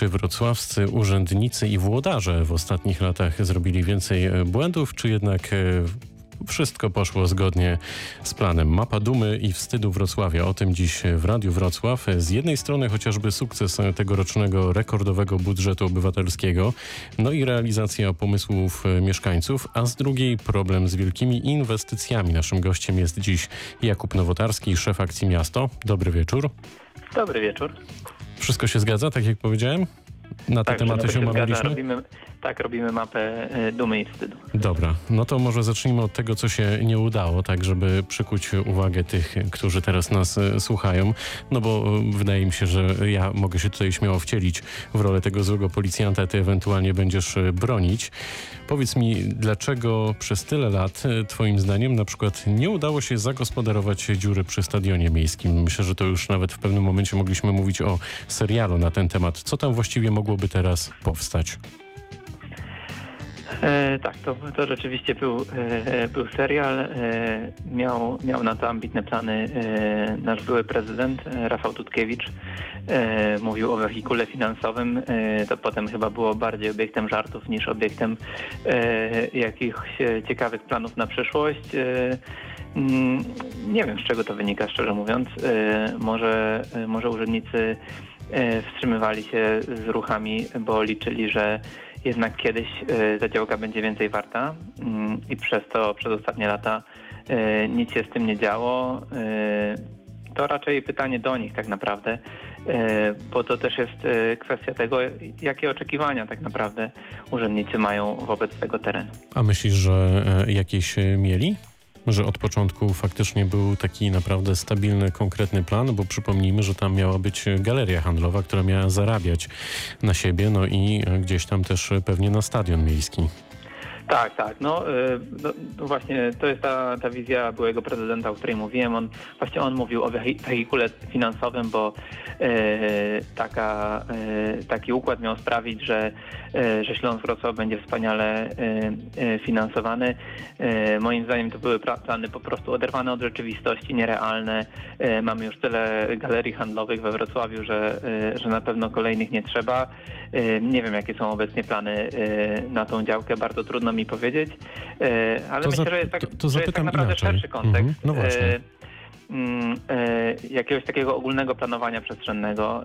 Czy wrocławscy urzędnicy i włodarze w ostatnich latach zrobili więcej błędów, czy jednak wszystko poszło zgodnie z planem? Mapa dumy i wstydu Wrocławia. O tym dziś w Radiu Wrocław. Z jednej strony chociażby sukces tegorocznego rekordowego budżetu obywatelskiego, no i realizacja pomysłów mieszkańców, a z drugiej problem z wielkimi inwestycjami. Naszym gościem jest dziś Jakub Nowotarski, szef akcji Miasto. Dobry wieczór. Dobry wieczór. Wszystko się zgadza, tak jak powiedziałem? Na te tematy się umawialiśmy? Robimy mapę dumy i wstydu. Dobra, no to może zacznijmy od tego, co się nie udało, tak żeby przykuć uwagę tych, którzy teraz nas słuchają, no bo wydaje mi się, że ja mogę się tutaj śmiało wcielić w rolę tego złego policjanta, ty ewentualnie będziesz bronić. Powiedz mi, dlaczego przez tyle lat, twoim zdaniem, na przykład nie udało się zagospodarować dziury przy Stadionie Miejskim? Myślę, że to już nawet w pewnym momencie mogliśmy mówić o serialu na ten temat. Co tam właściwie mogłoby teraz powstać? Tak, to rzeczywiście był serial. Miał na to ambitne plany nasz były prezydent Rafał Dudkiewicz. Mówił o wehikule finansowym. To potem chyba było bardziej obiektem żartów niż obiektem jakichś ciekawych planów na przyszłość. Nie wiem, z czego to wynika, szczerze mówiąc. Może urzędnicy wstrzymywali się z ruchami, bo liczyli, że jednak kiedyś ta działka będzie więcej warta i przez ostatnie lata nic się z tym nie działo. To raczej pytanie do nich tak naprawdę, bo to też jest kwestia tego, jakie oczekiwania tak naprawdę urzędnicy mają wobec tego terenu. A myślisz, że jakieś mieli? Że od początku faktycznie był taki naprawdę stabilny, konkretny plan, bo przypomnijmy, że tam miała być galeria handlowa, która miała zarabiać na siebie, no i gdzieś tam też pewnie na stadion miejski. Tak. No właśnie to jest ta wizja byłego prezydenta, o której mówiłem. On mówił o wehikule finansowym, bo taki układ miał sprawić, że Śląsk-Wrocław będzie wspaniale finansowany. Moim zdaniem to były plany po prostu oderwane od rzeczywistości, nierealne. Mamy już tyle galerii handlowych we Wrocławiu, że na pewno kolejnych nie trzeba. Nie wiem, jakie są obecnie plany na tą działkę. Bardzo trudno mi powiedzieć, ale myślę, że jest tak naprawdę inaczej. szerszy kontekst. No właśnie. Jakiegoś takiego ogólnego planowania przestrzennego.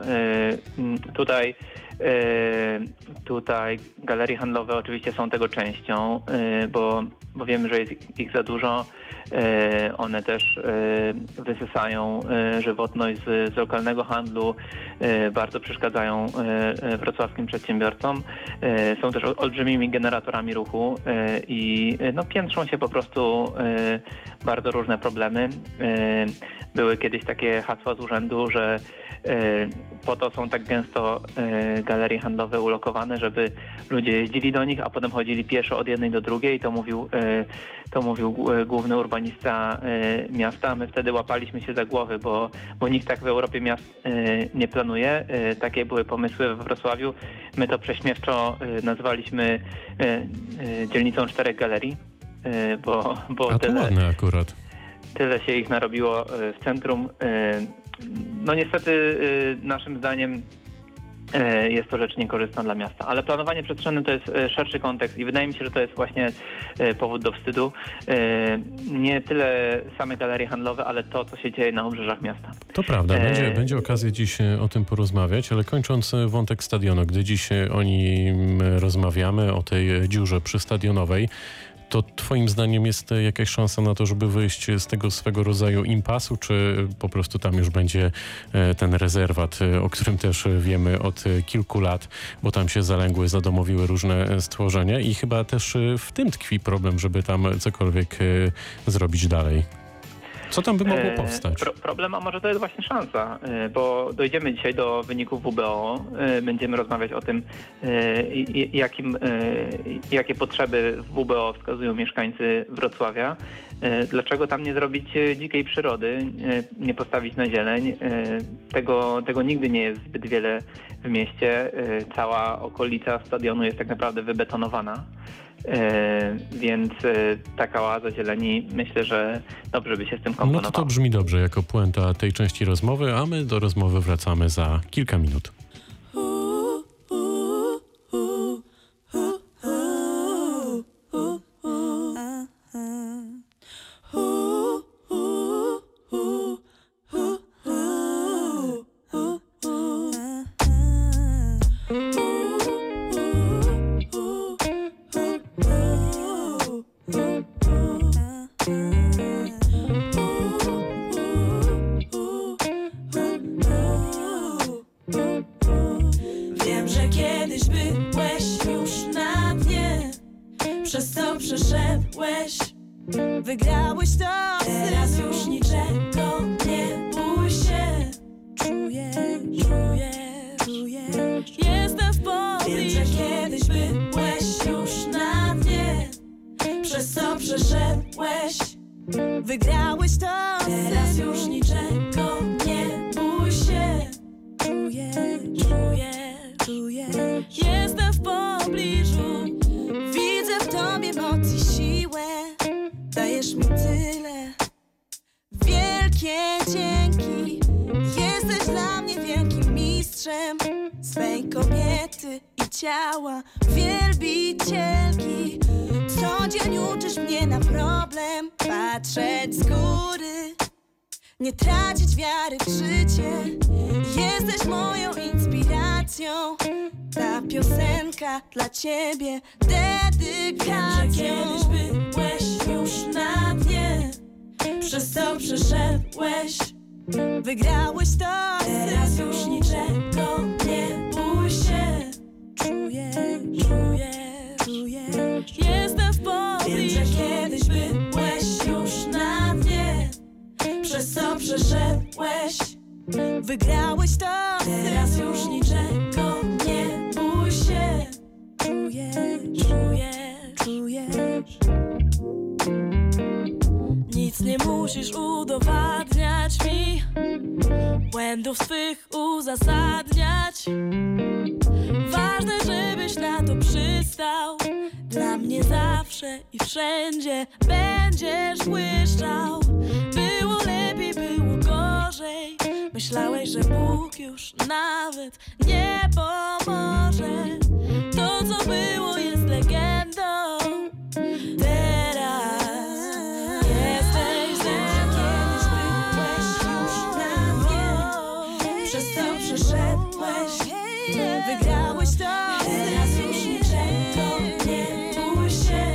Tutaj galerie handlowe oczywiście są tego częścią, bo wiemy, że jest ich za dużo. One też wysysają żywotność z lokalnego handlu, bardzo przeszkadzają wrocławskim przedsiębiorcom. Są też olbrzymimi generatorami ruchu i piętrzą się po prostu bardzo różne problemy. Były kiedyś takie hasła z urzędu, że po to są tak gęsto galerie handlowe ulokowane, żeby ludzie jeździli do nich, a potem chodzili pieszo od jednej do drugiej. To mówił główny urbanista miasta. My wtedy łapaliśmy się za głowy, bo nikt tak w Europie miast nie planuje. Takie były pomysły we Wrocławiu. My to prześmiewczo nazwaliśmy dzielnicą 4 galerii, bo a to ładne akurat. Tyle się ich narobiło w centrum. No niestety naszym zdaniem jest to rzecz niekorzystna dla miasta. Ale planowanie przestrzenne to jest szerszy kontekst i wydaje mi się, że to jest właśnie powód do wstydu. Nie tyle same galerie handlowe, ale to, co się dzieje na obrzeżach miasta. To prawda, będzie okazja dziś o tym porozmawiać, ale kończąc wątek stadionu, gdy dziś o nim rozmawiamy, o tej dziurze przystadionowej, to twoim zdaniem jest jakaś szansa na to, żeby wyjść z tego swego rodzaju impasu, czy po prostu tam już będzie ten rezerwat, o którym też wiemy od kilku lat, bo tam się zalęgły, zadomowiły różne stworzenia i chyba też w tym tkwi problem, żeby tam cokolwiek zrobić dalej. Co tam by mogło powstać? Problem, a może to jest właśnie szansa, bo dojdziemy dzisiaj do wyników WBO, będziemy rozmawiać o tym, jakie potrzeby w WBO wskazują mieszkańcy Wrocławia. Dlaczego tam nie zrobić dzikiej przyrody, nie postawić na zieleń? Tego nigdy nie jest zbyt wiele w mieście. Cała okolica stadionu jest tak naprawdę wybetonowana. Więc taka oaza zieleni, myślę, że dobrze by się z tym komponowało. No to brzmi dobrze jako puenta tej części rozmowy, a my do rozmowy wracamy za kilka minut. Wiem, że kiedyś byłeś już na dnie, przez co przeszedłeś, wygrałeś to. Teraz już niczego nie bój się. Czuję, jestem w pobliżu. Wiem, że kiedyś byłeś już na dnie, przez co przeszedłeś, wygrałeś to. Teraz już niczego nie bój się. Czuję, jestem w pobliżu. Widzę w tobie moc i siłę. Dajesz mi tyle. Wielkie dzięki. Jesteś dla mnie wielkim mistrzem swej kobiety i ciała. Wielbicielki. Co dzień uczysz mnie na problem patrzeć z góry, nie tracić wiary w życie. Jesteś moją inspiracją. Ta piosenka dla ciebie dedykacją. Wiem, że kiedyś byłeś już na dnie, przez co przeszedłeś, wygrałeś to. Teraz już niczego nie bój się. Czuję, jestem w pobliżu. Wiem, że kiedyś byłeś już na dnie, przez co przeszedłeś, wygrałeś to. Teraz już niczego nie bój się. Czuję. Nic nie musisz udowadniać mi, błędów swych uzasadniać. Ważne, żebyś na to przystał. Dla mnie zawsze i wszędzie będziesz błyszczał. Było lepiej, było gorzej. Myślałeś, że Bóg już nawet nie pomoże. To, co było, jest legendą. Teraz jesteś ze mną. Kiedyś byłeś już na dnie, przez co przeszedłeś, wygrałeś to. Teraz już niczego nie bój się.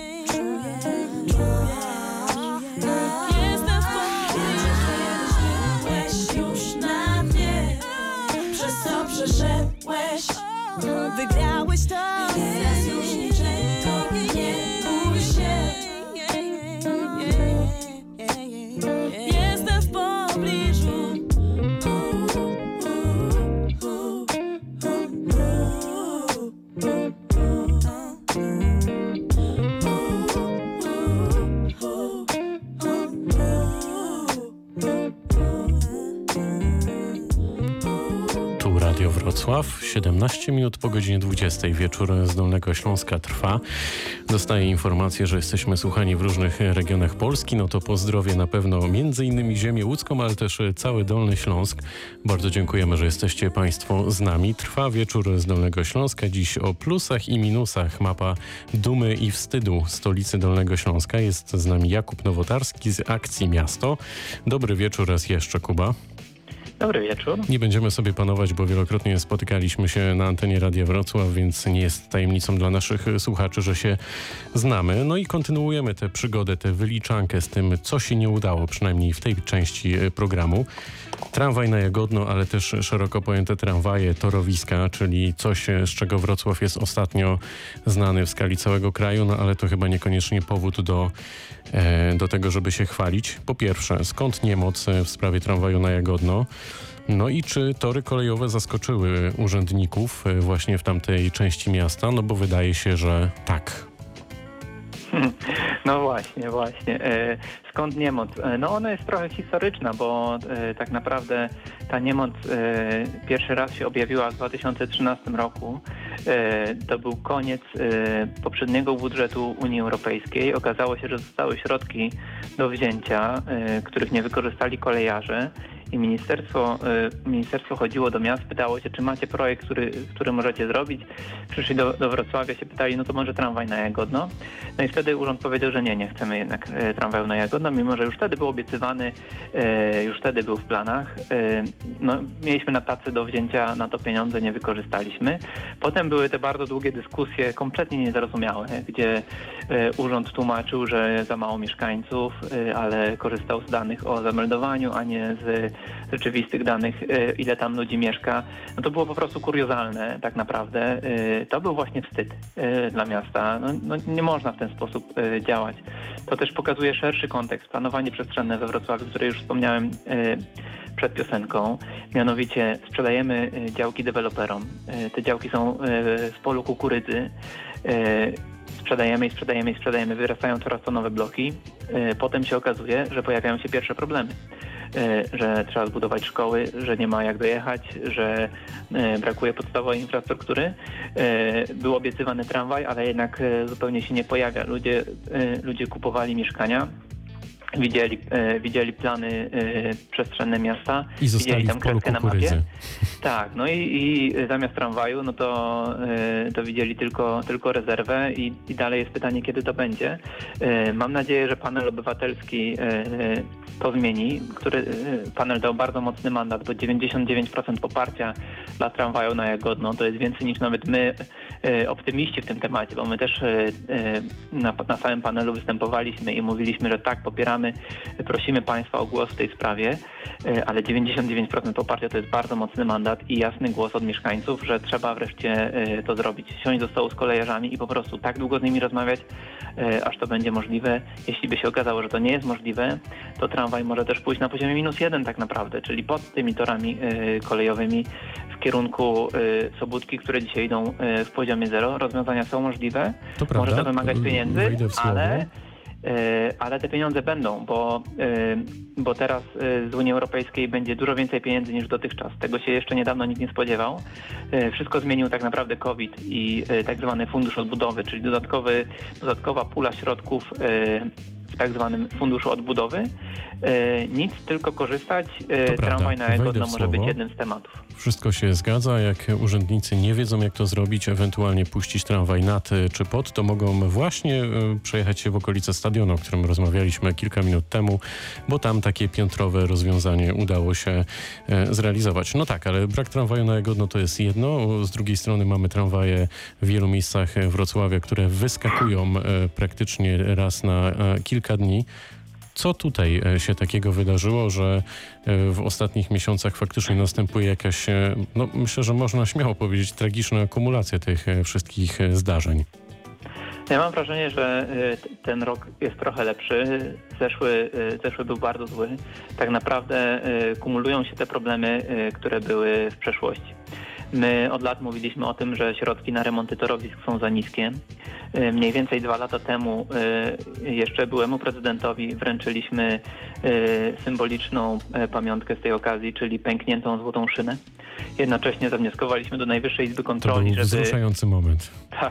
Jestem w pobliżu. Kiedyś byłeś już na dnie, przez co przeszedłeś, wygrałeś to. Teraz już niczego nie bój się. Jestem w pobliżu. Tu Radio Wrocław, 17 minut po godzinie 20. Wieczór z Dolnego Śląska trwa. Dostaję informację, że jesteśmy słuchani w różnych regionach Polski. No to pozdrowię na pewno m.in. ziemię łódzką, ale też cały Dolny Śląsk. Bardzo dziękujemy, że jesteście Państwo z nami. Trwa wieczór z Dolnego Śląska. Dziś o plusach i minusach. Mapa dumy i wstydu stolicy Dolnego Śląska. Jest z nami Jakub Nowotarski z Akcji Miasto. Dobry wieczór raz jeszcze, Kuba. Dobry wieczór. Nie będziemy sobie panować, bo wielokrotnie spotykaliśmy się na antenie Radia Wrocław, więc nie jest tajemnicą dla naszych słuchaczy, że się znamy. No i kontynuujemy tę przygodę, tę wyliczankę z tym, co się nie udało, przynajmniej w tej części programu. Tramwaj na Jagodno, ale też szeroko pojęte tramwaje, torowiska, czyli coś, z czego Wrocław jest ostatnio znany w skali całego kraju, no ale to chyba niekoniecznie powód do tego, żeby się chwalić. Po pierwsze, skąd niemoc w sprawie tramwaju na Jagodno? No i czy tory kolejowe zaskoczyły urzędników właśnie w tamtej części miasta? No bo wydaje się, że tak. No właśnie. Skąd niemoc? No ona jest trochę historyczna, bo tak naprawdę ta niemoc pierwszy raz się objawiła w 2013 roku. To był koniec poprzedniego budżetu Unii Europejskiej. Okazało się, że zostały środki do wzięcia, których nie wykorzystali kolejarze i ministerstwo chodziło do miast, pytało się, czy macie projekt, który możecie zrobić. Przyszli do Wrocławia, się pytali, no to może tramwaj na Jagodno. No i wtedy urząd powiedział, że nie chcemy jednak tramwaju na Jagodno, mimo że już wtedy był obiecywany, już wtedy był w planach. No, mieliśmy na tacy do wzięcia na to pieniądze, nie wykorzystaliśmy. Potem były te bardzo długie dyskusje, kompletnie niezrozumiałe, gdzie urząd tłumaczył, że za mało mieszkańców, ale korzystał z danych o zameldowaniu, a nie z rzeczywistych danych, ile tam ludzi mieszka. No to było po prostu kuriozalne tak naprawdę. To był właśnie wstyd dla miasta. No, nie można w ten sposób działać. To też pokazuje szerszy kontekst. Planowanie przestrzenne we Wrocławiu, które już wspomniałem przed piosenką. Mianowicie sprzedajemy działki deweloperom. Te działki są w polu kukurydzy. Sprzedajemy, wyrastają coraz to nowe bloki. Potem się okazuje, że pojawiają się pierwsze problemy. Że trzeba zbudować szkoły, że nie ma jak dojechać, że brakuje podstawowej infrastruktury. Był obiecywany tramwaj, ale jednak zupełnie się nie pojawia. Ludzie kupowali mieszkania, widzieli plany przestrzenne miasta. I zostali widzieli tam w polu kreskę na mapie. kukurydzy. Tak, no i zamiast tramwaju, no to widzieli tylko rezerwę i dalej jest pytanie, kiedy to będzie. Mam nadzieję, że panel obywatelski to zmieni. Panel dał bardzo mocny mandat, bo 99% poparcia dla tramwaju na Jagodno to jest więcej niż nawet my, optymiści w tym temacie, bo my też na samym panelu występowaliśmy i mówiliśmy, że tak, popieramy, prosimy Państwa o głos w tej sprawie, ale 99% poparcia to jest bardzo mocny mandat i jasny głos od mieszkańców, że trzeba wreszcie to zrobić. Siąść do stołu z kolejarzami i po prostu tak długo z nimi rozmawiać, aż to będzie możliwe. Jeśli by się okazało, że to nie jest możliwe, to tramwaj może też pójść na poziomie -1 tak naprawdę, czyli pod tymi torami kolejowymi w kierunku Sobótki, które dzisiaj idą w poziomie 0. Rozwiązania są możliwe. To prawda. Może to wymagać pieniędzy, Wejdę w słowo. ale te pieniądze będą, bo teraz z Unii Europejskiej będzie dużo więcej pieniędzy niż dotychczas. Tego się jeszcze niedawno nikt nie spodziewał. Wszystko zmienił tak naprawdę COVID i tak zwany fundusz odbudowy, czyli dodatkowa pula środków w tak zwanym funduszu odbudowy. Nic, tylko korzystać. Tramwaj na Jagodno może być jednym z tematów. Wszystko się zgadza. Jak urzędnicy nie wiedzą, jak to zrobić, ewentualnie puścić tramwaj nad czy pod, to mogą właśnie przejechać się w okolice stadionu, o którym rozmawialiśmy kilka minut temu, bo tam takie piętrowe rozwiązanie udało się zrealizować. No tak, ale brak tramwaju na Jagodno to jest jedno. Z drugiej strony mamy tramwaje w wielu miejscach Wrocławia, które wyskakują praktycznie raz na kilka dni. Co tutaj się takiego wydarzyło, że w ostatnich miesiącach faktycznie następuje jakaś, no myślę, że można śmiało powiedzieć, tragiczna akumulacja tych wszystkich zdarzeń? Ja mam wrażenie, że ten rok jest trochę lepszy. Zeszły był bardzo zły. Tak naprawdę kumulują się te problemy, które były w przeszłości. My od lat mówiliśmy o tym, że środki na remonty torowisk są za niskie. Mniej więcej 2 lata temu jeszcze byłemu prezydentowi wręczyliśmy symboliczną pamiątkę z tej okazji, czyli pękniętą złotą szynę. Jednocześnie zawnioskowaliśmy do Najwyższej Izby Kontroli, to był wzruszający moment. Tak.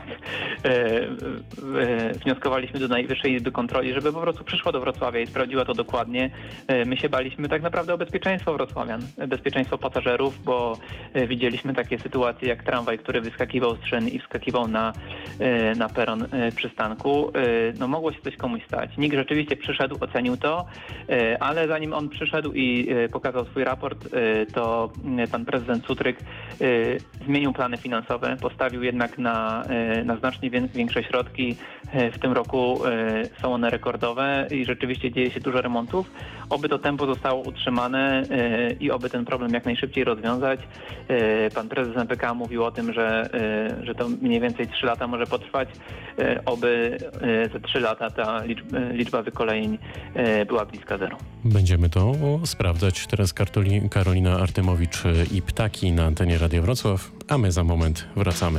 Wnioskowaliśmy do Najwyższej Izby Kontroli, żeby po prostu przyszła do Wrocławia i sprawdziła to dokładnie. My się baliśmy tak naprawdę o bezpieczeństwo wrocławian, bezpieczeństwo pasażerów, bo widzieliśmy takie sytuacje jak tramwaj, który wyskakiwał z szyn i wskakiwał na peron przystanku. No mogło się coś komuś stać. NIK rzeczywiście przyszedł, ocenił to, ale zanim on przyszedł i pokazał swój raport, to pan prezydent Cutryk zmienił plany finansowe, postawił jednak na znacznie większe środki. W tym roku są one rekordowe i rzeczywiście dzieje się dużo remontów. Oby to tempo zostało utrzymane i oby ten problem jak najszybciej rozwiązać. Pan prezes MPK mówił o tym, że to mniej więcej 3 lata może potrwać. Oby za 3 lata ta liczba wykolejeń była bliska 0. Będziemy to sprawdzać. Teraz Karolina Artymowicz i Ptaki na antenie Radia Wrocław, a my za moment wracamy.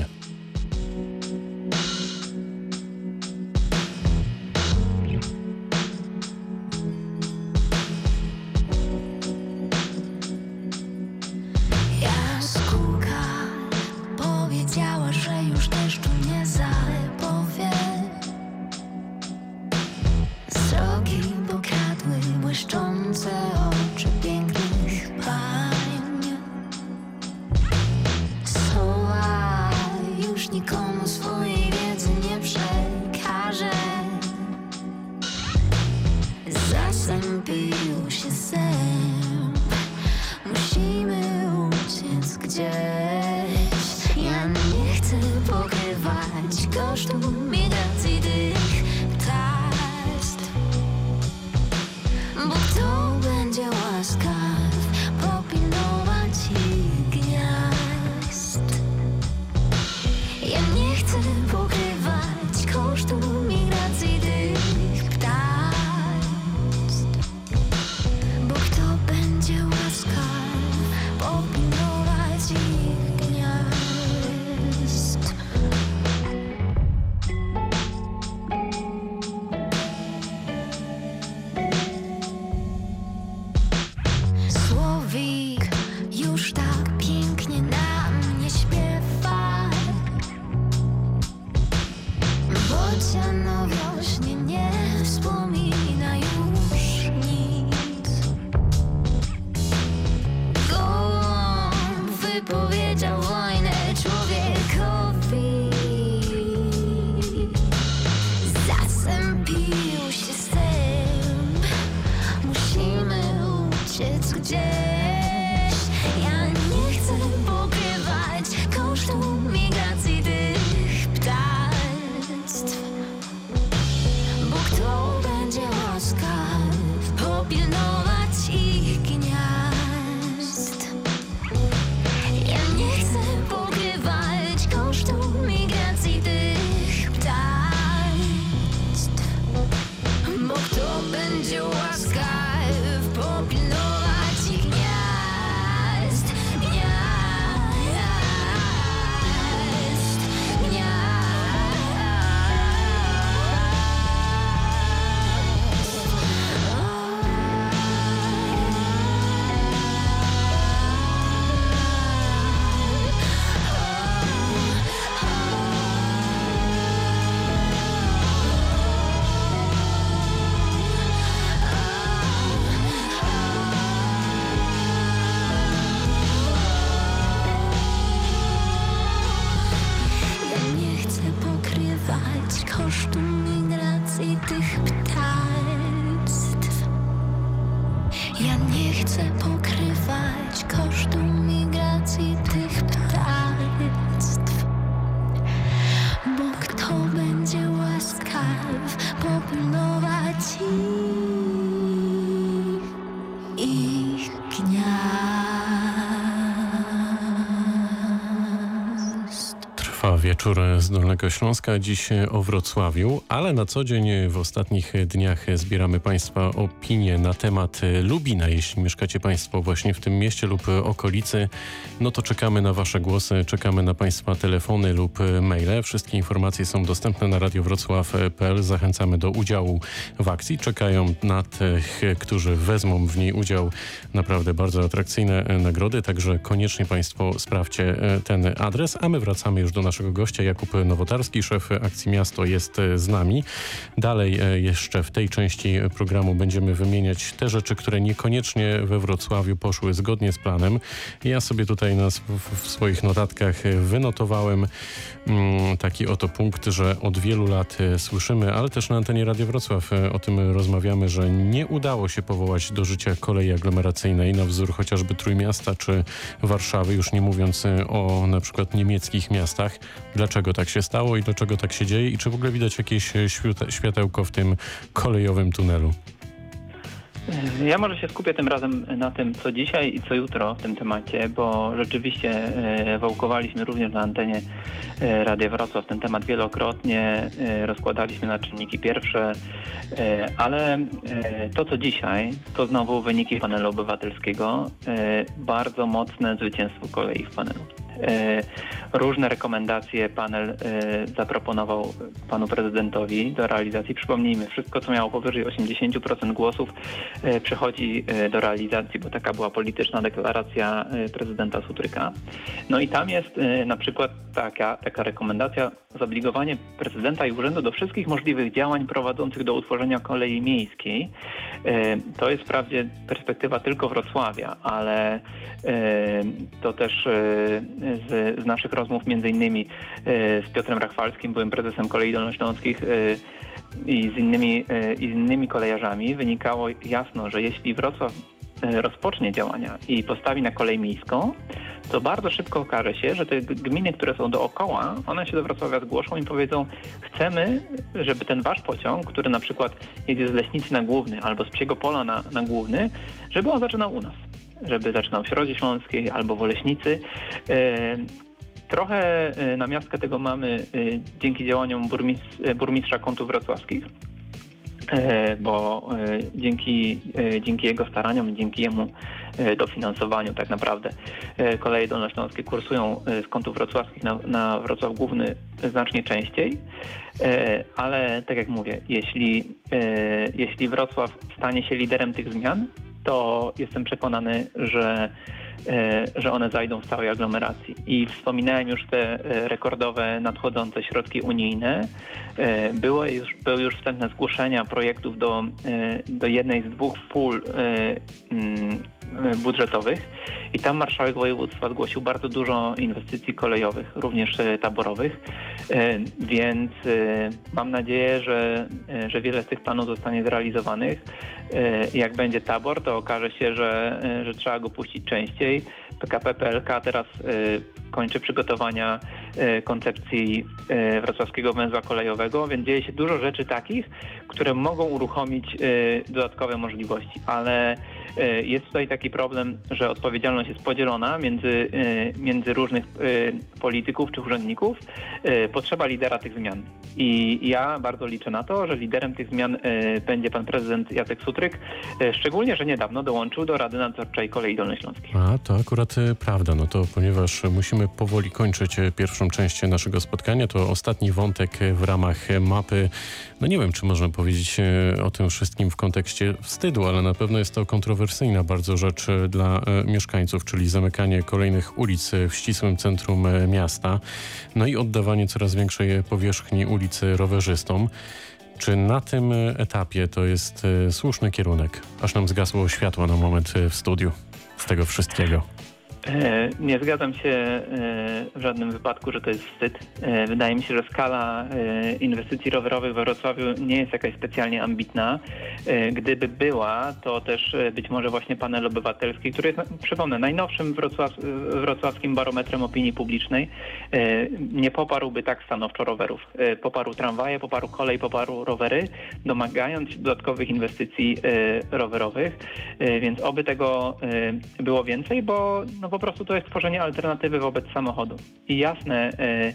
Błyszczące oczy pięknych kosztu migracji tych ptactw. Bo kto będzie łaskaw popilnować ich gniazd? Ja nie chcę pokrywać kosztu migracji tych ptactw. Bo kto będzie łaskaw popilnować ich gniazd? Słowik już tak pięknie na mnie śpiewa. Bocian wiośnie nie wspomina już nic. Gołąb wypowiedział wojnę człowiekowi. Zasępił się sęp. Musimy uciec gdzieś. Ja nie chcę pokrywać kosztu migracji tych ptactw. Bo kto będzie łaskaw popilnować ich gniazd? Ja nie chcę pokrywać kosztu migracji tych ptactw. Bo kto będzie łaskaw popilnować ich gniazd? Ja nie chcę pokrywać kosztu migracji tych ptactw. Ja nie chcę pokrywać kosztu migracji tych ptactw. Bo kto będzie łaskaw popilnować ich gniazd? Trwa wieczór z Dolnego Śląska, dziś o Wrocławiu, ale na co dzień w ostatnich dniach zbieramy Państwa opinie na temat Lubina. Jeśli mieszkacie Państwo właśnie w tym mieście lub okolicy, no to czekamy na Wasze głosy, czekamy na Państwa telefony lub maile. Wszystkie informacje są dostępne na radiowrocław.pl. Zachęcamy do udziału w akcji. Czekają na tych, którzy wezmą w niej udział, naprawdę bardzo atrakcyjne nagrody, także koniecznie Państwo sprawdźcie ten adres, a my wracamy już do naszego gościa. Jakub Nowotarski, szef akcji Miasto, jest z nami. Dalej jeszcze w tej części programu będziemy wymieniać te rzeczy, które niekoniecznie we Wrocławiu poszły zgodnie z planem. Ja sobie tutaj w swoich notatkach wynotowałem taki oto punkt, że od wielu lat słyszymy, ale też na antenie Radia Wrocław o tym rozmawiamy, że nie udało się powołać do życia kolei aglomeracyjnej na wzór chociażby Trójmiasta czy Warszawy, już nie mówiąc o na przykład niemieckich miastach. Dlaczego tak się stało i dlaczego tak się dzieje i czy w ogóle widać jakieś światełko w tym kolejowym tunelu? Ja może się skupię tym razem na tym, co dzisiaj i co jutro w tym temacie, bo rzeczywiście wałkowaliśmy również na antenie Radia Wrocław ten temat wielokrotnie, rozkładaliśmy na czynniki pierwsze, ale to, co dzisiaj, to znowu wyniki panelu obywatelskiego, bardzo mocne zwycięstwo kolei w panelu. Różne rekomendacje panel zaproponował panu prezydentowi do realizacji. Przypomnijmy, wszystko co miało powyżej 80% głosów przechodzi do realizacji, bo taka była polityczna deklaracja prezydenta Sutryka. No i tam jest na przykład taka rekomendacja: zobligowanie prezydenta i urzędu do wszystkich możliwych działań prowadzących do utworzenia kolei miejskiej. To jest wprawdzie perspektywa tylko Wrocławia, ale to też z naszych rozmów między innymi z Piotrem Rachwalskim, byłym prezesem Kolei Dolnośląskich, i z innymi kolejarzami wynikało jasno, że jeśli Wrocław rozpocznie działania i postawi na kolej miejską, to bardzo szybko okaże się, że te gminy, które są dookoła, one się do Wrocławia zgłoszą i powiedzą, chcemy, żeby ten wasz pociąg, który na przykład jedzie z Leśnicy na Główny albo z Psiego Pola na Główny, żeby on zaczynał u nas. Żeby zaczynał w Środzie Śląskiej albo w Oleśnicy. Trochę namiastkę tego mamy dzięki działaniom burmistrza Kątów Wrocławskich, bo dzięki jego staraniom, dzięki jemu dofinansowaniu tak naprawdę koleje dolnośląskie kursują z Kątów Wrocławskich na Wrocław Główny znacznie częściej, ale tak jak mówię, jeśli Wrocław stanie się liderem tych zmian, to jestem przekonany, że one zajdą w całej aglomeracji. I wspominałem już te rekordowe nadchodzące środki unijne. Były już wstępne zgłoszenia projektów do jednej z 2 pól budżetowych i tam marszałek województwa zgłosił bardzo dużo inwestycji kolejowych, również taborowych, więc mam nadzieję, że wiele z tych planów zostanie zrealizowanych. Jak będzie tabor, to okaże się, że trzeba go puścić częściej. PKP PLK teraz kończy przygotowania koncepcji wrocławskiego węzła kolejowego, więc dzieje się dużo rzeczy takich, które mogą uruchomić dodatkowe możliwości, ale jest tutaj taki problem, że odpowiedzialność jest podzielona między różnych polityków czy urzędników. Potrzeba lidera tych zmian. I ja bardzo liczę na to, że liderem tych zmian będzie pan prezydent Jacek Sutryk, szczególnie, że niedawno dołączył do Rady Nadzorczej Kolei Dolnośląskiej. A, to akurat prawda. No to ponieważ musimy powoli kończyć pierwszą część naszego spotkania, to ostatni wątek w ramach mapy. No nie wiem, czy można powiedzieć o tym wszystkim w kontekście wstydu, ale na pewno jest to kontrowersyjna bardzo rzecz dla mieszkańców, czyli zamykanie kolejnych ulic w ścisłym centrum miasta, no i oddawanie coraz większej powierzchni ulicy rowerzystom. Czy na tym etapie to jest słuszny kierunek? Aż nam zgasło światło na moment w studiu z tego wszystkiego. Nie zgadzam się w żadnym wypadku, że to jest wstyd. Wydaje mi się, że skala inwestycji rowerowych we Wrocławiu nie jest jakaś specjalnie ambitna. Gdyby była, to też być może właśnie panel obywatelski, który jest, przypomnę, najnowszym wrocławskim barometrem opinii publicznej, nie poparłby tak stanowczo rowerów. Poparł tramwaje, poparł kolej, poparł rowery, domagając się dodatkowych inwestycji rowerowych, więc oby tego było więcej, bo po prostu to jest tworzenie alternatywy wobec samochodu. I jasne,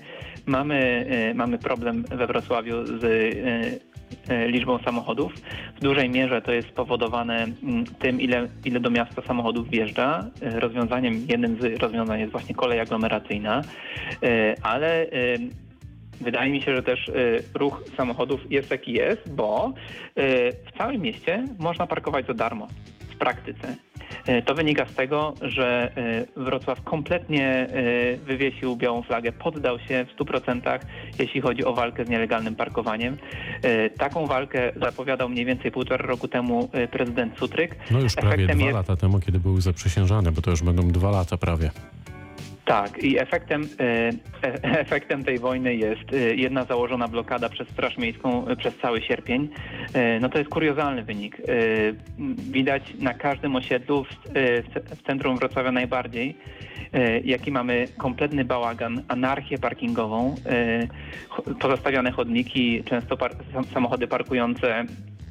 mamy problem we Wrocławiu z liczbą samochodów. W dużej mierze to jest spowodowane tym, ile do miasta samochodów wjeżdża. Jednym z rozwiązań jest właśnie kolej aglomeracyjna, ale wydaje mi się, że też ruch samochodów jest jaki jest, bo w całym mieście można parkować za darmo w praktyce. To wynika z tego, że Wrocław kompletnie wywiesił białą flagę, poddał się w 100%, jeśli chodzi o walkę z nielegalnym parkowaniem. Taką walkę zapowiadał mniej więcej 1,5 roku temu prezydent Sutryk. No już prawie 2 lata temu, kiedy były zaprzysiężane, bo to już będą 2 lata prawie. Tak, i efektem tej wojny jest jedna założona blokada przez Straż Miejską przez cały sierpień. No to jest kuriozalny wynik. Widać na każdym osiedlu w centrum Wrocławia najbardziej, jaki mamy kompletny bałagan, anarchię parkingową, pozostawione chodniki, często samochody parkujące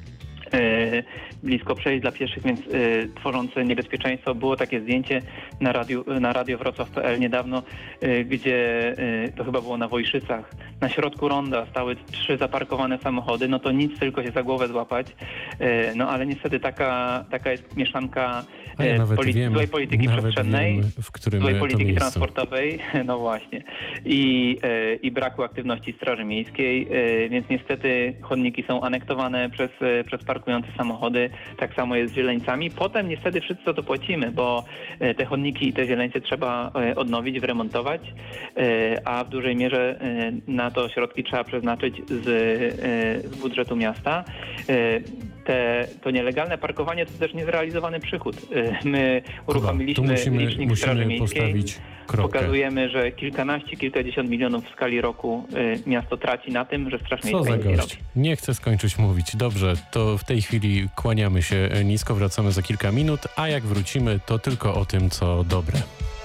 blisko przejść dla pieszych, więc tworzące niebezpieczeństwo. Było takie zdjęcie na radio Wrocław.pl niedawno, gdzie to chyba było na Wojszycach. Na środku ronda stały 3 zaparkowane samochody, no to nic, tylko się za głowę złapać. No ale niestety taka jest mieszanka złej polityki przestrzennej, złej polityki transportowej, no właśnie, i braku aktywności Straży Miejskiej, więc niestety chodniki są anektowane przez parkujące samochody, tak samo jest z zieleńcami. Potem niestety wszyscy za to płacimy, bo te chodniki i te zieleńce trzeba odnowić, wyremontować, a w dużej mierze na to środki trzeba przeznaczyć z budżetu miasta. to nielegalne parkowanie to też niezrealizowany przychód. My uruchomiliśmy licznik Straży Miejskiej. Postawić kropkę. Pokazujemy, że kilkadziesiąt milionów w skali roku miasto traci na tym, że Straż Miejska Co za nic nie robi. gość. Nie chcę skończyć mówić. Dobrze, to w tej chwili kłaniamy się nisko, wracamy za kilka minut, a jak wrócimy, to tylko o tym, co dobre.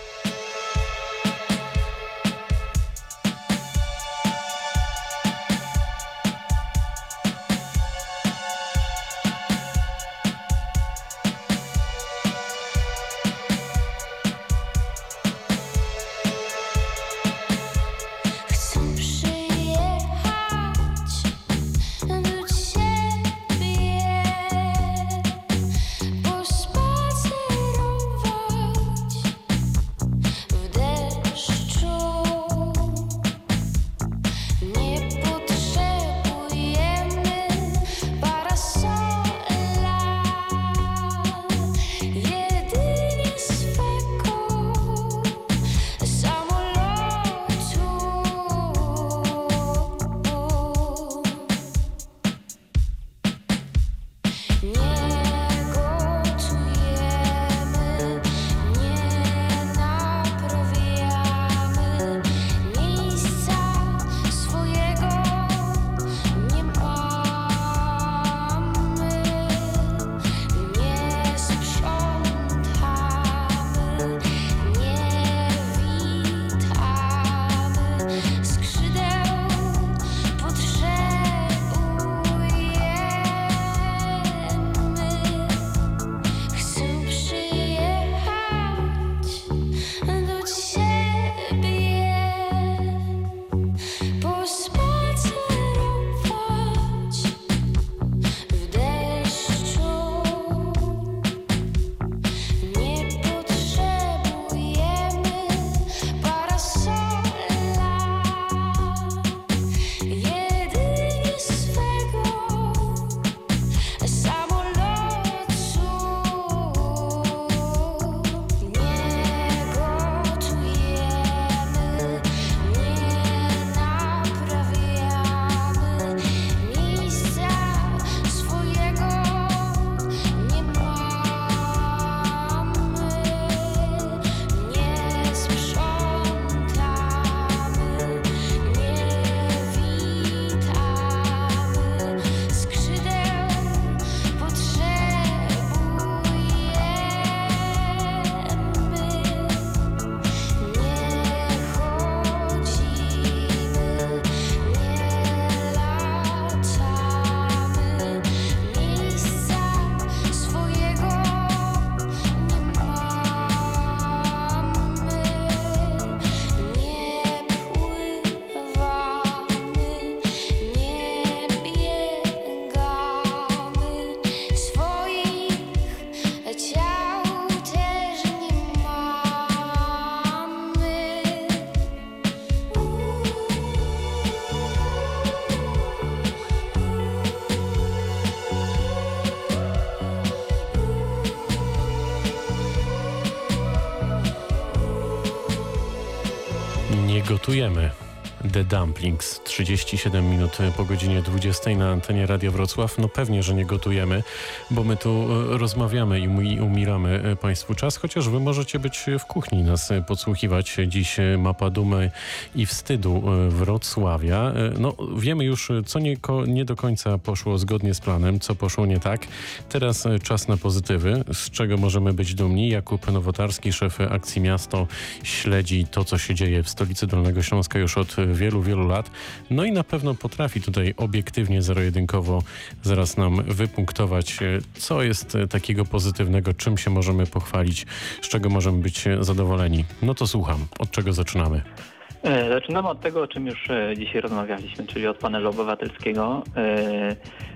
Nie gotujemy. The Dumplings, 37 minut po godzinie 20 na antenie Radia Wrocław. No pewnie, że nie gotujemy, bo my tu rozmawiamy i umilamy Państwu czas, chociaż Wy możecie być w kuchni nas podsłuchiwać. Dziś mapa dumy i wstydu Wrocławia. No wiemy już, co nie do końca poszło zgodnie z planem, co poszło nie tak. Teraz czas na pozytywy, z czego możemy być dumni. Jakub Nowotarski, szef akcji Miasto, śledzi to, co się dzieje w stolicy Dolnego Śląska już od wielu, wielu lat. No i na pewno potrafi tutaj obiektywnie, zero-jedynkowo zaraz nam wypunktować, co jest takiego pozytywnego, czym się możemy pochwalić, z czego możemy być zadowoleni. No to słucham. Od czego zaczynamy? Zaczynamy od tego, o czym już dzisiaj rozmawialiśmy, czyli od panelu obywatelskiego.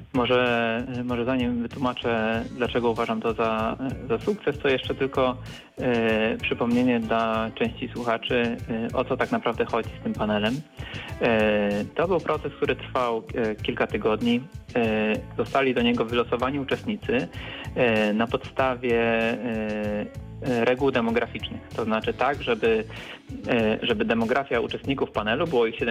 Może zanim wytłumaczę, dlaczego uważam to za sukces, to jeszcze tylko przypomnienie dla części słuchaczy, o co tak naprawdę chodzi z tym panelem. To był proces, który trwał kilka tygodni. Zostali do niego wylosowani uczestnicy na podstawie reguł demograficznych. To znaczy tak, żeby demografia uczestników panelu było ich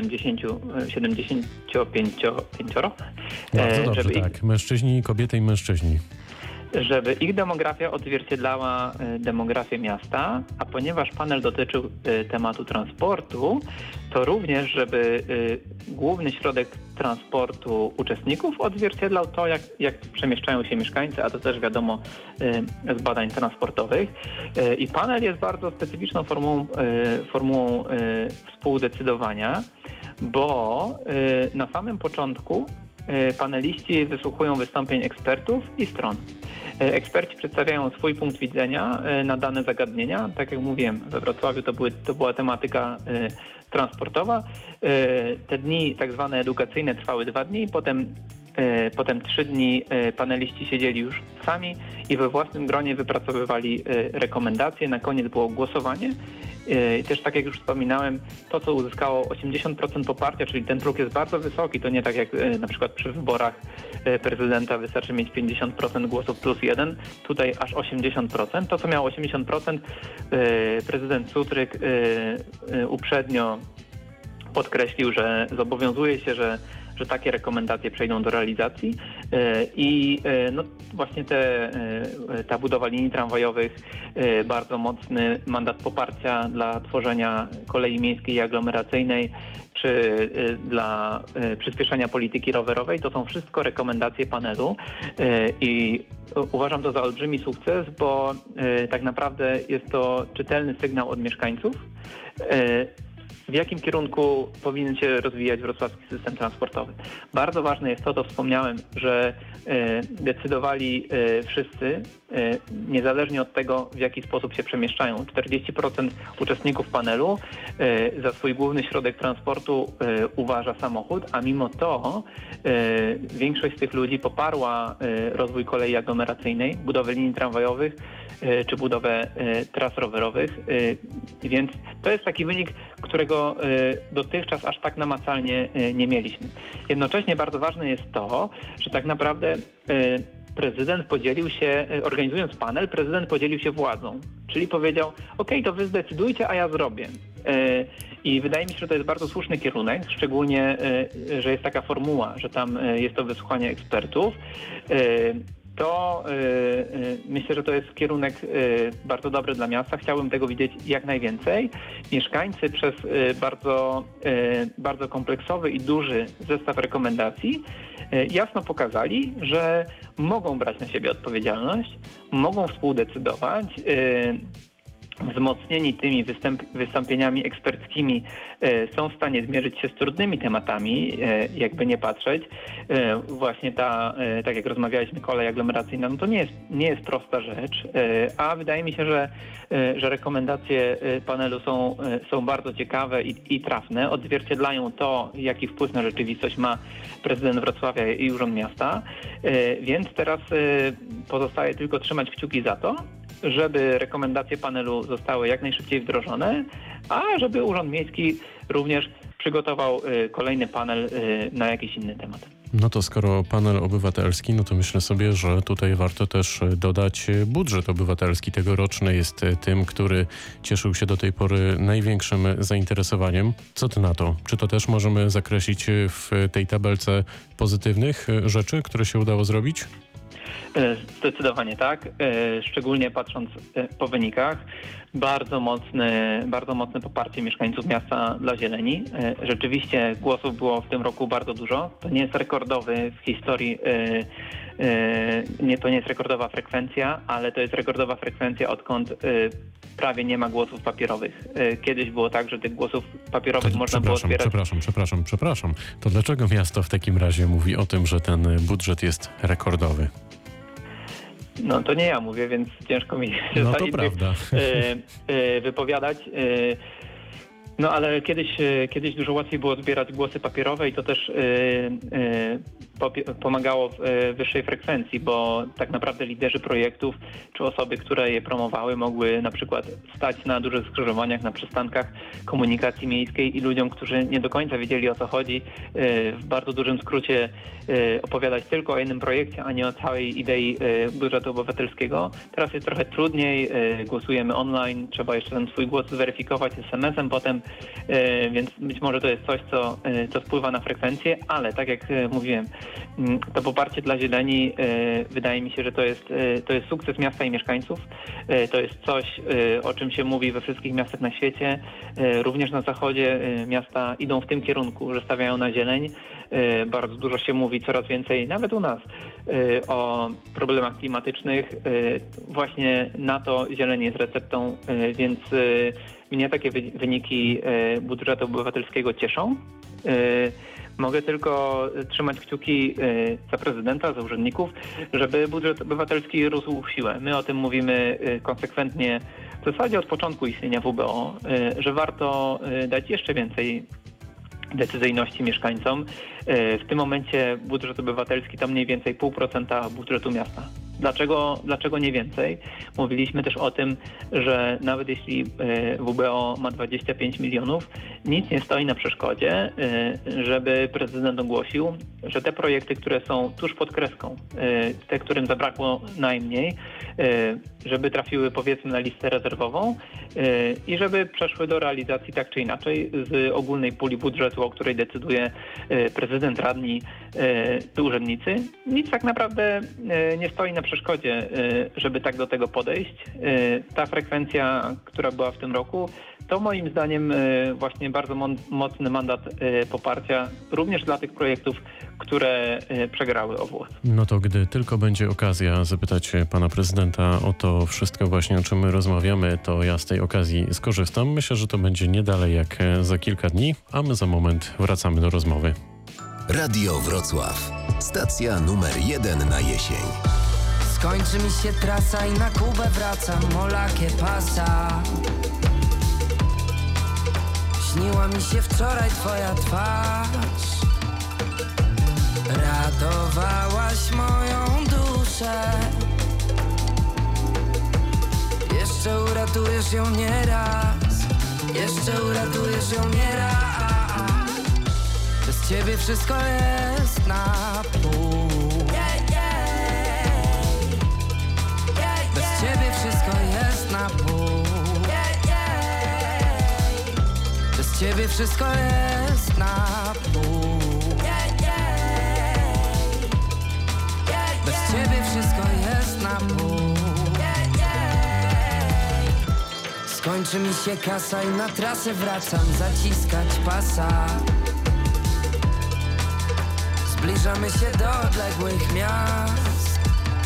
75. Bardzo dobrze, tak. Mężczyźni, kobiety i mężczyźni. Żeby ich demografia odzwierciedlała demografię miasta, a ponieważ panel dotyczył tematu transportu, to również, żeby główny środek transportu uczestników odzwierciedlał to, jak przemieszczają się mieszkańcy, a to też wiadomo z badań transportowych. I panel jest bardzo specyficzną formułą współdecydowania, bo na samym początku paneliści wysłuchują wystąpień ekspertów i stron. Eksperci przedstawiają swój punkt widzenia na dane zagadnienia. Tak jak mówiłem, we Wrocławiu to była tematyka transportowa. Te dni tak zwane edukacyjne trwały 2 dni, potem 3 dni paneliści siedzieli już sami i we własnym gronie wypracowywali rekomendacje. Na koniec było głosowanie. I też tak jak już wspominałem, to co uzyskało 80% poparcia, czyli ten próg jest bardzo wysoki, to nie tak jak na przykład przy wyborach prezydenta wystarczy mieć 50% głosów plus 1, tutaj aż 80%. To co miało 80%, prezydent Cutryk uprzednio podkreślił, że zobowiązuje się, że takie rekomendacje przejdą do realizacji i no właśnie ta budowa linii tramwajowych, bardzo mocny mandat poparcia dla tworzenia kolei miejskiej i aglomeracyjnej, czy dla przyspieszenia polityki rowerowej, to są wszystko rekomendacje panelu i uważam to za olbrzymi sukces, bo tak naprawdę jest to czytelny sygnał od mieszkańców, w jakim kierunku powinien się rozwijać wrocławski system transportowy. Bardzo ważne jest to, co wspomniałem, że decydowali wszyscy, niezależnie od tego, w jaki sposób się przemieszczają. 40% uczestników panelu za swój główny środek transportu uważa samochód, a mimo to większość z tych ludzi poparła rozwój kolei aglomeracyjnej, budowę linii tramwajowych czy budowę tras rowerowych, więc to jest taki wynik, którego dotychczas aż tak namacalnie nie mieliśmy. Jednocześnie bardzo ważne jest to, że tak naprawdę prezydent podzielił się, organizując panel, prezydent podzielił się władzą, czyli powiedział, okej, to wy zdecydujcie, a ja zrobię. I wydaje mi się, że to jest bardzo słuszny kierunek, szczególnie, że jest taka formuła, że tam jest to wysłuchanie ekspertów. To myślę, że to jest kierunek bardzo dobry dla miasta. Chciałbym tego widzieć jak najwięcej. Mieszkańcy przez bardzo kompleksowy i duży zestaw rekomendacji jasno pokazali, że mogą brać na siebie odpowiedzialność, mogą współdecydować. Wzmocnieni tymi wystąpieniami eksperckimi są w stanie zmierzyć się z trudnymi tematami, jakby nie patrzeć. Właśnie tak jak rozmawialiśmy, kolej aglomeracyjna, no to nie jest prosta rzecz, a wydaje mi się, że rekomendacje panelu są bardzo ciekawe i trafne, odzwierciedlają to, jaki wpływ na rzeczywistość ma prezydent Wrocławia i Urząd Miasta, więc teraz pozostaje tylko trzymać kciuki za to, żeby rekomendacje panelu zostały jak najszybciej wdrożone, a żeby Urząd Miejski również przygotował kolejny panel na jakiś inny temat. No to skoro panel obywatelski, no to myślę sobie, że tutaj warto też dodać budżet obywatelski. Tegoroczny jest tym, który cieszył się do tej pory największym zainteresowaniem. Co ty na to? Czy to też możemy zakreślić w tej tabelce pozytywnych rzeczy, które się udało zrobić? Zdecydowanie tak, szczególnie patrząc po wynikach. Bardzo mocne poparcie mieszkańców miasta dla zieleni. Rzeczywiście głosów było w tym roku bardzo dużo. To nie jest rekordowy w historii, to nie jest rekordowa frekwencja, ale to jest rekordowa frekwencja, odkąd prawie nie ma głosów papierowych. Kiedyś było tak, że tych głosów papierowych można było zbierać. Przepraszam. To dlaczego miasto w takim razie mówi o tym, że ten budżet jest rekordowy? No to nie ja mówię, więc ciężko mi się no to prawda. Wypowiadać. No ale kiedyś dużo łatwiej było zbierać głosy papierowe i to też pomagało w wyższej frekwencji, bo tak naprawdę liderzy projektów czy osoby, które je promowały, mogły na przykład stać na dużych skrzyżowaniach, na przystankach komunikacji miejskiej i ludziom, którzy nie do końca wiedzieli, o co chodzi, w bardzo dużym skrócie opowiadać tylko o jednym projekcie, a nie o całej idei budżetu obywatelskiego. Teraz jest trochę trudniej, głosujemy online, trzeba jeszcze ten swój głos zweryfikować SMS-em potem, więc być może to jest coś, co wpływa na frekwencję, ale tak jak mówiłem, to poparcie dla zieleni, wydaje mi się, że to jest sukces miasta i mieszkańców. To jest coś, o czym się mówi we wszystkich miastach na świecie. Również na zachodzie miasta idą w tym kierunku, że stawiają na zieleń. Bardzo dużo się mówi, coraz więcej, nawet u nas, o problemach klimatycznych. Właśnie na to zieleń jest receptą, więc mnie takie wyniki budżetu obywatelskiego cieszą. Mogę tylko trzymać kciuki za prezydenta, za urzędników, żeby budżet obywatelski rósł w siłę. My o tym mówimy konsekwentnie w zasadzie od początku istnienia WBO, że warto dać jeszcze więcej decyzyjności mieszkańcom. W tym momencie budżet obywatelski to mniej więcej 0,5% budżetu miasta. Dlaczego nie więcej? Mówiliśmy też o tym, że nawet jeśli WBO ma 25 milionów, nic nie stoi na przeszkodzie, żeby prezydent ogłosił, że te projekty, które są tuż pod kreską, te, którym zabrakło najmniej, żeby trafiły powiedzmy na listę rezerwową i żeby przeszły do realizacji tak czy inaczej z ogólnej puli budżetu, o której decyduje prezydent, radni, urzędnicy. Nic tak naprawdę nie stoi na przeszkodzie, żeby tak do tego podejść. Ta frekwencja, która była w tym roku, to moim zdaniem właśnie bardzo mocny mandat poparcia również dla tych projektów, które przegrały o włos. No to gdy tylko będzie okazja zapytać pana prezydenta o to wszystko właśnie, o czym my rozmawiamy, to ja z tej okazji skorzystam. Myślę, że to będzie nie dalej jak za kilka dni, a my za moment wracamy do rozmowy. Radio Wrocław. Stacja numer 1 na jesień. Skończy mi się trasa i na Kubę wracam, Molakie pasa. Śniła mi się wczoraj twoja twarz. Ratowałaś moją duszę. Jeszcze uratujesz ją nieraz. Jeszcze uratujesz ją nieraz. Bez ciebie wszystko jest na pół. Bez ciebie wszystko jest na pół. Bez ciebie wszystko jest na pół. Bez ciebie wszystko jest na pół. Skończy mi się kasa i na trasę wracam, zaciskać pasa. Zbliżamy się do odległych miast.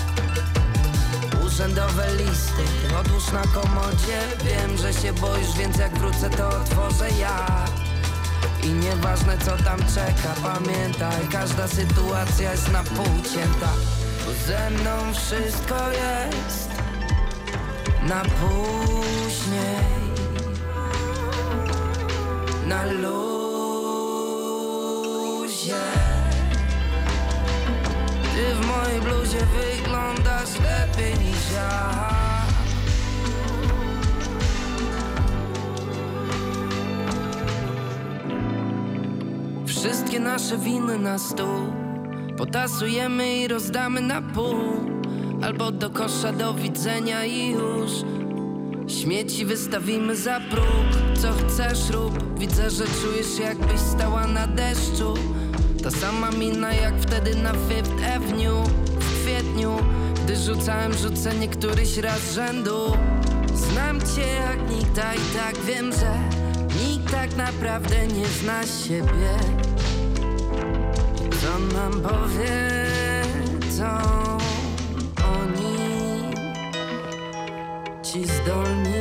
Urzędowe listy odłóż na komodzie. Wiem, że się boisz, więc jak wrócę, to otworzę ja. I nieważne co tam czeka, pamiętaj, każda sytuacja jest na pół cięta. Bo ze mną wszystko jest na później, na luzie. Ty w mojej bluzie wyglądasz lepiej niż ja. Wszystkie nasze winy na stół potasujemy i rozdamy na pół. Albo do kosza, do widzenia i już. Śmieci wystawimy za próg. Co chcesz rób. Widzę, że czujesz jakbyś stała na deszczu. Ta sama mina jak wtedy na Fifth Avenue w kwietniu, gdy rzucenie któryś raz z rzędu. Znam cię jak nikt, a i tak wiem, że nikt tak naprawdę nie zna siebie. Co nam powiedzą oni, ci zdolni?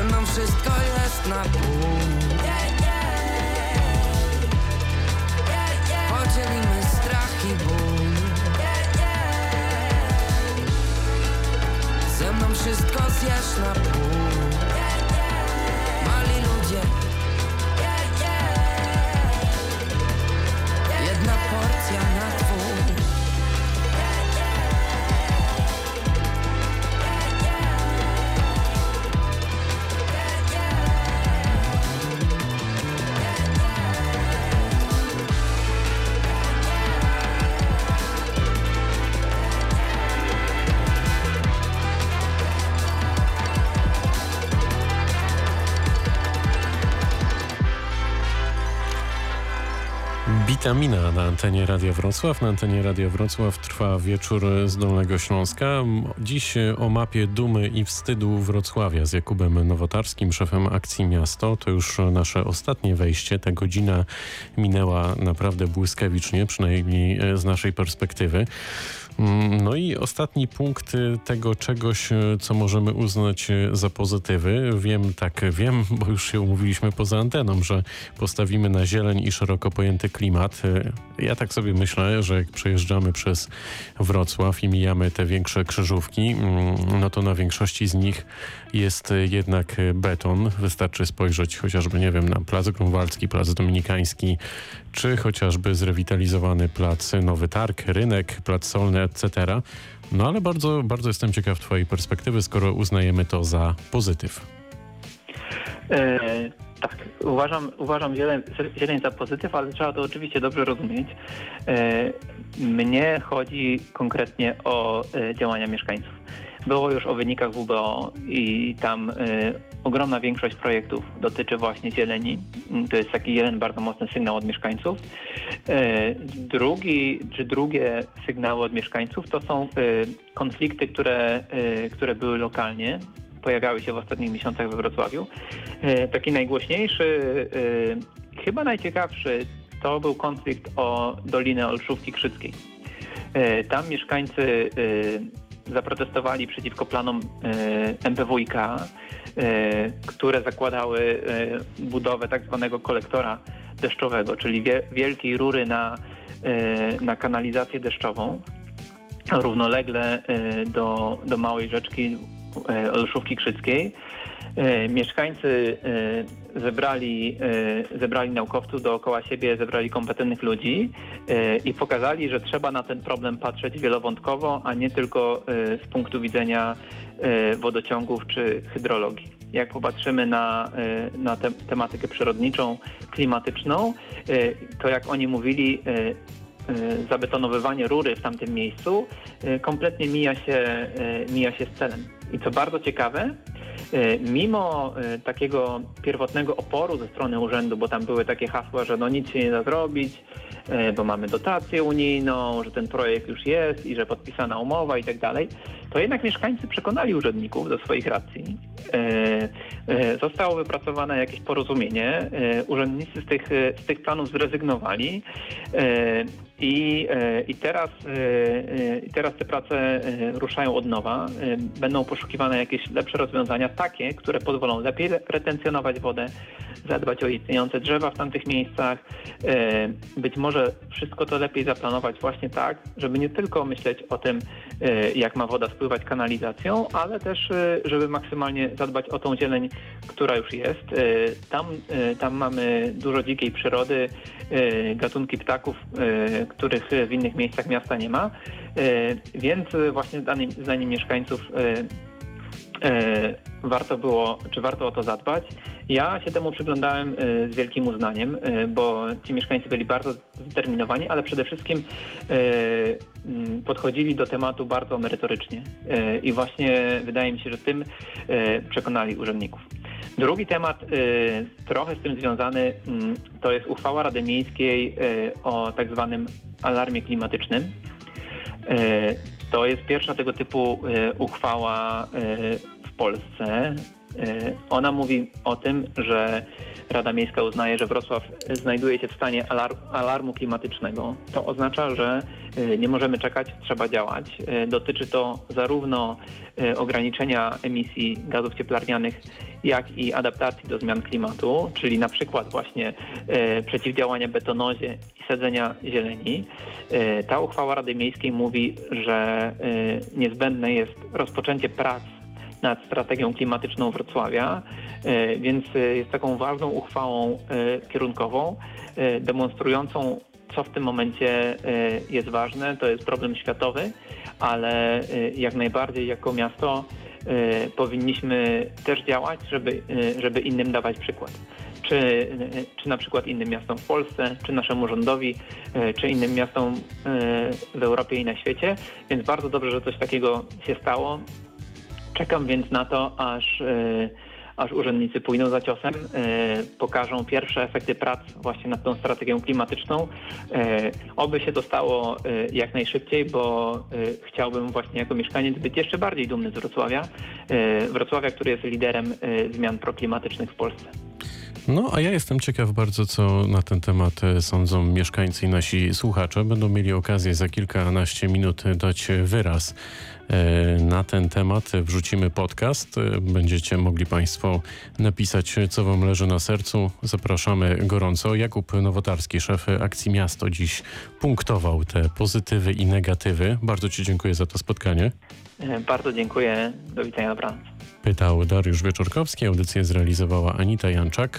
Ze mną wszystko jest na pół. Podzielimy strach i ból. Ze mną wszystko zjesz na pół. Mali ludzie. Jedna porcja na dwóch. Witamina na antenie Radia Wrocław. Na antenie Radia Wrocław trwa wieczór z Dolnego Śląska. Dziś o mapie dumy i wstydu Wrocławia z Jakubem Nowotarskim, szefem akcji Miasto. To już nasze ostatnie wejście. Ta godzina minęła naprawdę błyskawicznie, przynajmniej z naszej perspektywy. No i ostatni punkt tego czegoś, co możemy uznać za pozytywy. Wiem, bo już się umówiliśmy poza anteną, że postawimy na zieleń i szeroko pojęty klimat. Ja tak sobie myślę, że jak przejeżdżamy przez Wrocław i mijamy te większe krzyżówki, no to na większości z nich jest jednak beton. Wystarczy spojrzeć chociażby, nie wiem, na Plac Grunwaldzki, Plac Dominikański, czy chociażby zrewitalizowany Plac Nowy Targ, Rynek, Plac Solny, etc. No ale bardzo, bardzo jestem ciekaw twojej perspektywy, skoro uznajemy to za pozytyw. Tak, uważam zieleń za pozytyw, ale trzeba to oczywiście dobrze rozumieć. Mnie chodzi konkretnie o działania mieszkańców. Było już o wynikach WBO i tam ogromna większość projektów dotyczy właśnie zieleni. To jest taki jeden bardzo mocny sygnał od mieszkańców. Drugie sygnały od mieszkańców to są konflikty, które były lokalnie, pojawiały się w ostatnich miesiącach we Wrocławiu. Taki najgłośniejszy, chyba najciekawszy, to był konflikt o Dolinę Olszówki Krzyckiej. Tam mieszkańcy zaprotestowali przeciwko planom MPWiK, które zakładały budowę tak zwanego kolektora deszczowego, czyli wielkiej rury na kanalizację deszczową, równolegle do małej rzeczki Olszówki Krzyckiej. Mieszkańcy zebrali naukowców dookoła siebie, zebrali kompetentnych ludzi i pokazali, że trzeba na ten problem patrzeć wielowątkowo, a nie tylko z punktu widzenia wodociągów czy hydrologii. Jak popatrzymy na tematykę przyrodniczą, klimatyczną, to jak oni mówili, zabetonowywanie rury w tamtym miejscu kompletnie mija się z celem. I co bardzo ciekawe, mimo takiego pierwotnego oporu ze strony urzędu, bo tam były takie hasła, że no nic się nie da zrobić, bo mamy dotację unijną, że ten projekt już jest i że podpisana umowa i tak dalej, to jednak mieszkańcy przekonali urzędników do swoich racji. Zostało wypracowane jakieś porozumienie, urzędnicy z tych planów zrezygnowali i teraz te prace ruszają od nowa. Będą poszukiwane jakieś lepsze rozwiązania, takie, które pozwolą lepiej retencjonować wodę, zadbać o istniejące drzewa w tamtych miejscach. Być może wszystko to lepiej zaplanować właśnie tak, żeby nie tylko myśleć o tym, jak ma woda spływać kanalizacją, ale też, żeby maksymalnie zadbać o tą zieleń, która już jest. Tam mamy dużo dzikiej przyrody, gatunki ptaków, których w innych miejscach miasta nie ma, więc właśnie zdaniem mieszkańców warto o to zadbać. Ja się temu przyglądałem z wielkim uznaniem, bo ci mieszkańcy byli bardzo zdeterminowani, ale przede wszystkim podchodzili do tematu bardzo merytorycznie i właśnie wydaje mi się, że tym przekonali urzędników. Drugi temat, trochę z tym związany, to jest uchwała Rady Miejskiej o tak zwanym alarmie klimatycznym. To jest pierwsza tego typu uchwała w Polsce. Ona mówi o tym, że Rada Miejska uznaje, że Wrocław znajduje się w stanie alarmu klimatycznego. To oznacza, że nie możemy czekać, trzeba działać. Dotyczy to zarówno ograniczenia emisji gazów cieplarnianych, jak i adaptacji do zmian klimatu, czyli na przykład właśnie przeciwdziałania betonozie i sadzenia zieleni. Ta uchwała Rady Miejskiej mówi, że niezbędne jest rozpoczęcie prac nad strategią klimatyczną Wrocławia, więc jest taką ważną uchwałą kierunkową, demonstrującą, co w tym momencie jest ważne. To jest problem światowy, ale jak najbardziej jako miasto powinniśmy też działać, żeby innym dawać przykład. Czy na przykład innym miastom w Polsce, czy naszemu rządowi, czy innym miastom w Europie i na świecie. Więc bardzo dobrze, że coś takiego się stało. Czekam więc na to, aż urzędnicy pójdą za ciosem, pokażą pierwsze efekty prac właśnie nad tą strategią klimatyczną. Oby się to stało jak najszybciej, bo chciałbym właśnie jako mieszkaniec być jeszcze bardziej dumny z Wrocławia. Wrocławia, który jest liderem zmian proklimatycznych w Polsce. No, a ja jestem ciekaw bardzo, co na ten temat sądzą mieszkańcy i nasi słuchacze. Będą mieli okazję za kilkanaście minut dać wyraz na ten temat. Wrzucimy podcast. Będziecie mogli Państwo napisać, co Wam leży na sercu. Zapraszamy gorąco. Jakub Nowotarski, szef Akcji Miasto, dziś punktował te pozytywy i negatywy. Bardzo Ci dziękuję za to spotkanie. Bardzo dziękuję. Do widzenia, dobranoc. Pytał Dariusz Wieczorkowski. Audycję zrealizowała Anita Janczak.